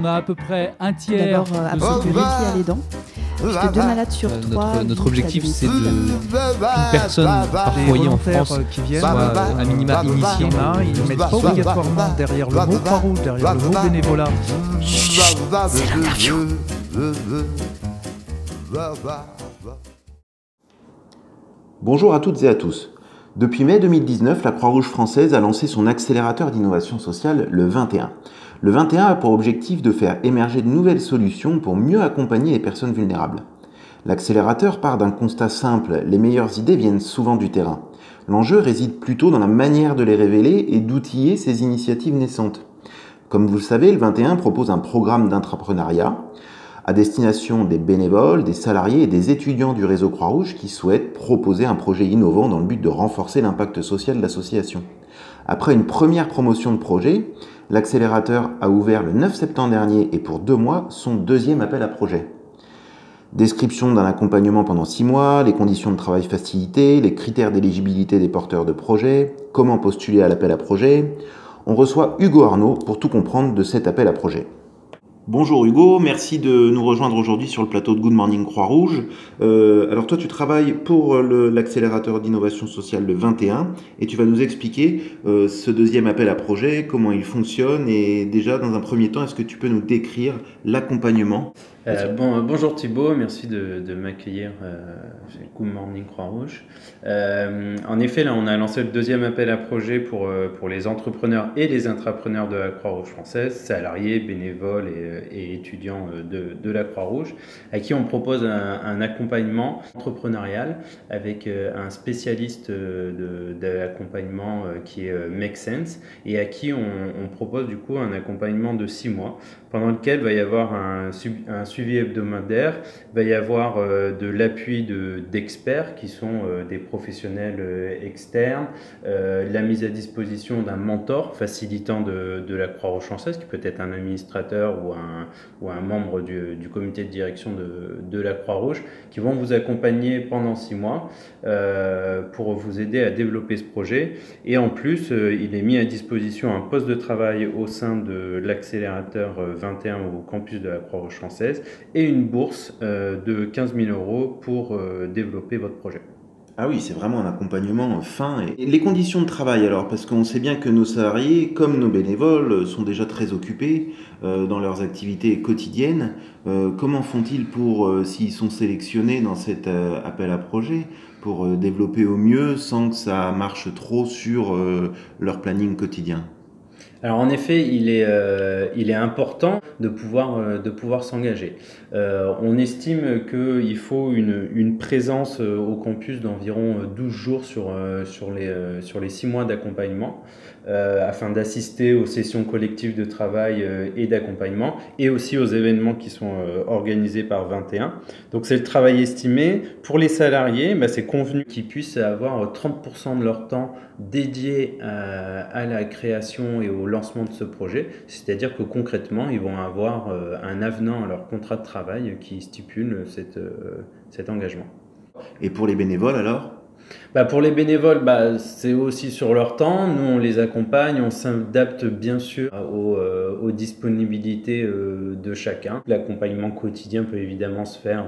On a à peu près un tiers. D'abord, apprendre le métier à l'aidant. Puisque 2 malades sur 3... Notre objectif, c'est qu'une personne par foyer en France qui viennent, soit à minima initiée. Ils ne mettent pas obligatoirement derrière le mot Croix-Rouge, derrière le mot bénévolat. C'est l'interview. Bonjour à toutes et à tous. Depuis mai 2019, la Croix-Rouge française a lancé son accélérateur d'innovation sociale, le 21. Le 21 a pour objectif de faire émerger de nouvelles solutions pour mieux accompagner les personnes vulnérables. L'accélérateur part d'un constat simple, les meilleures idées viennent souvent du terrain. L'enjeu réside plutôt dans la manière de les révéler et d'outiller ces initiatives naissantes. Comme vous le savez, le 21 propose un programme d'intrapreneuriat à destination des bénévoles, des salariés et des étudiants du réseau Croix-Rouge qui souhaitent proposer un projet innovant dans le but de renforcer l'impact social de l'association. Après une première promotion de projet, l'accélérateur a ouvert le 9 septembre dernier et pour 2 mois son deuxième appel à projet. Description d'un accompagnement pendant 6 mois, les conditions de travail facilitées, les critères d'éligibilité des porteurs de projet, comment postuler à l'appel à projet. On reçoit Hugo Arnaud pour tout comprendre de cet appel à projet. Bonjour Hugo, merci de nous rejoindre aujourd'hui sur le plateau de Good Morning Croix-Rouge. Alors toi tu travailles pour l'accélérateur d'innovation sociale le 21 et tu vas nous expliquer ce deuxième appel à projet, comment il fonctionne et déjà dans un premier temps est-ce que tu peux nous décrire l'accompagnement ? Bonjour Thibaut, merci de m'accueillir chez Good Morning Croix-Rouge. En effet, là, on a lancé le deuxième appel à projet pour les entrepreneurs et les intrapreneurs de la Croix-Rouge française, salariés, bénévoles et étudiants de la Croix-Rouge, à qui on propose un accompagnement entrepreneurial avec un spécialiste de l'accompagnement qui est Make Sense et à qui on propose du coup un accompagnement de 6 mois pendant lequel il va y avoir un suivi hebdomadaire, il va y avoir de l'appui d'experts qui sont des professionnels externes, la mise à disposition d'un mentor facilitant de la Croix-Rouge française, qui peut être un administrateur ou un membre du comité de direction de la Croix-Rouge, qui vont vous accompagner pendant 6 mois pour vous aider à développer ce projet. Et en plus, il est mis à disposition un poste de travail au sein de l'accélérateur 21 au campus de la Croix-Rouge française et une bourse de 15 000 € pour développer votre projet. Ah oui, c'est vraiment un accompagnement fin. Et les conditions de travail alors, parce qu'on sait bien que nos salariés, comme nos bénévoles, sont déjà très occupés dans leurs activités quotidiennes. Comment font-ils pour, s'ils sont sélectionnés dans cet appel à projet, pour développer au mieux sans que ça marche trop sur leur planning quotidien ? Alors en effet, il est important de pouvoir s'engager. On estime qu'il faut une présence au campus d'environ 12 jours sur les 6 mois d'accompagnement afin d'assister aux sessions collectives de travail et d'accompagnement et aussi aux événements qui sont organisés par 21. Donc c'est le travail estimé. Pour les salariés, c'est convenu qu'ils puissent avoir 30% de leur temps dédié à la création et au lancement de ce projet, c'est-à-dire que concrètement, ils vont avoir un avenant à leur contrat de travail qui stipule cet engagement. Et pour les bénévoles alors ? Pour les bénévoles, c'est aussi sur leur temps. Nous, on les accompagne, on s'adapte bien sûr aux disponibilités de chacun. L'accompagnement quotidien peut évidemment se faire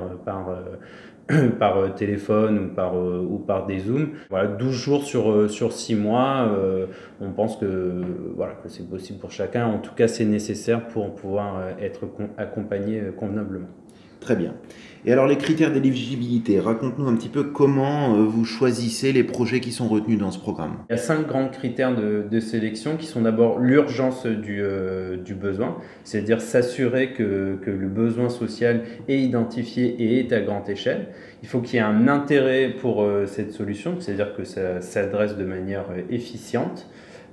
par téléphone ou par des Zooms. 12 jours sur 6 mois, on pense que c'est possible pour chacun. En tout cas, c'est nécessaire pour pouvoir être accompagné convenablement. Très bien. Et alors les critères d'éligibilité, raconte-nous un petit peu comment vous choisissez les projets qui sont retenus dans ce programme. Il y a 5 grands critères de sélection qui sont d'abord l'urgence du besoin, c'est-à-dire s'assurer que le besoin social est identifié et est à grande échelle. Il faut qu'il y ait un intérêt pour cette solution, c'est-à-dire que ça s'adresse de manière efficiente.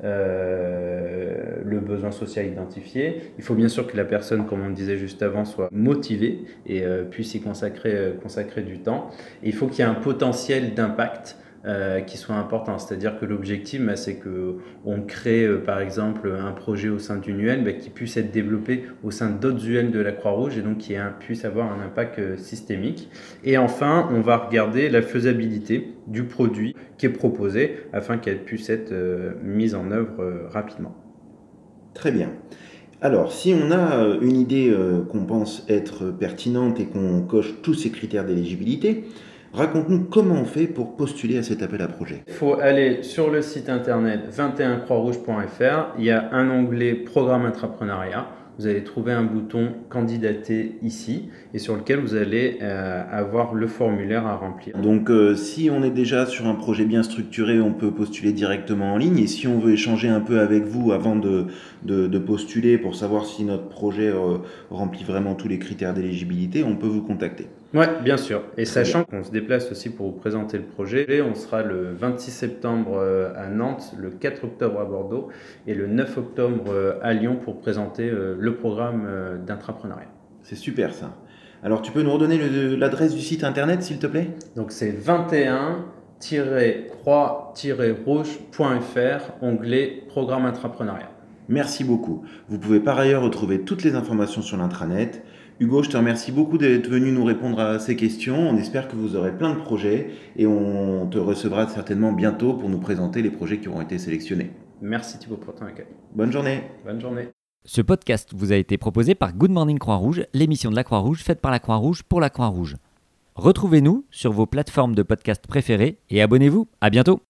Le besoin social identifié. Il faut bien sûr que la personne, comme on le disait juste avant, soit motivée et puisse y consacrer du temps. Et il faut qu'il y ait un potentiel d'impact qui soit important. C'est-à-dire que l'objectif, c'est qu'on crée par exemple un projet au sein d'une UL qui puisse être développé au sein d'autres UL de la Croix-Rouge et donc qui puisse avoir un impact systémique. Et enfin, on va regarder la faisabilité du produit qui est proposé afin qu'elle puisse être mise en œuvre rapidement. Très bien. Alors, si on a une idée qu'on pense être pertinente et qu'on coche tous ces critères d'éligibilité, raconte-nous comment on fait pour postuler à cet appel à projet. Il faut aller sur le site internet 21croixrouge.fr. Il y a un onglet Programme Intrapreneuriat. Vous allez trouver un bouton Candidater ici et sur lequel vous allez avoir le formulaire à remplir. Donc si on est déjà sur un projet bien structuré, on peut postuler directement en ligne. Et si on veut échanger un peu avec vous avant de postuler pour savoir si notre projet remplit vraiment tous les critères d'éligibilité, on peut vous contacter. Oui, bien sûr. Et sachant qu'on se déplace aussi pour vous présenter le projet, on sera le 26 septembre à Nantes, le 4 octobre à Bordeaux et le 9 octobre à Lyon pour présenter le programme d'intrapreneuriat. C'est super ça. Alors tu peux nous redonner l'adresse du site internet s'il te plaît ? Donc c'est 21-croix-rouge.fr, onglet Programme Intrapreneuriat. Merci beaucoup. Vous pouvez par ailleurs retrouver toutes les informations sur l'intranet. Hugo, je te remercie beaucoup d'être venu nous répondre à ces questions. On espère que vous aurez plein de projets et on te recevra certainement bientôt pour nous présenter les projets qui auront été sélectionnés. Merci Thibaut pour ton accueil. Bonne journée. Bonne journée. Ce podcast vous a été proposé par Good Morning Croix-Rouge, l'émission de la Croix-Rouge faite par la Croix-Rouge pour la Croix-Rouge. Retrouvez-nous sur vos plateformes de podcast préférées et abonnez-vous. À bientôt.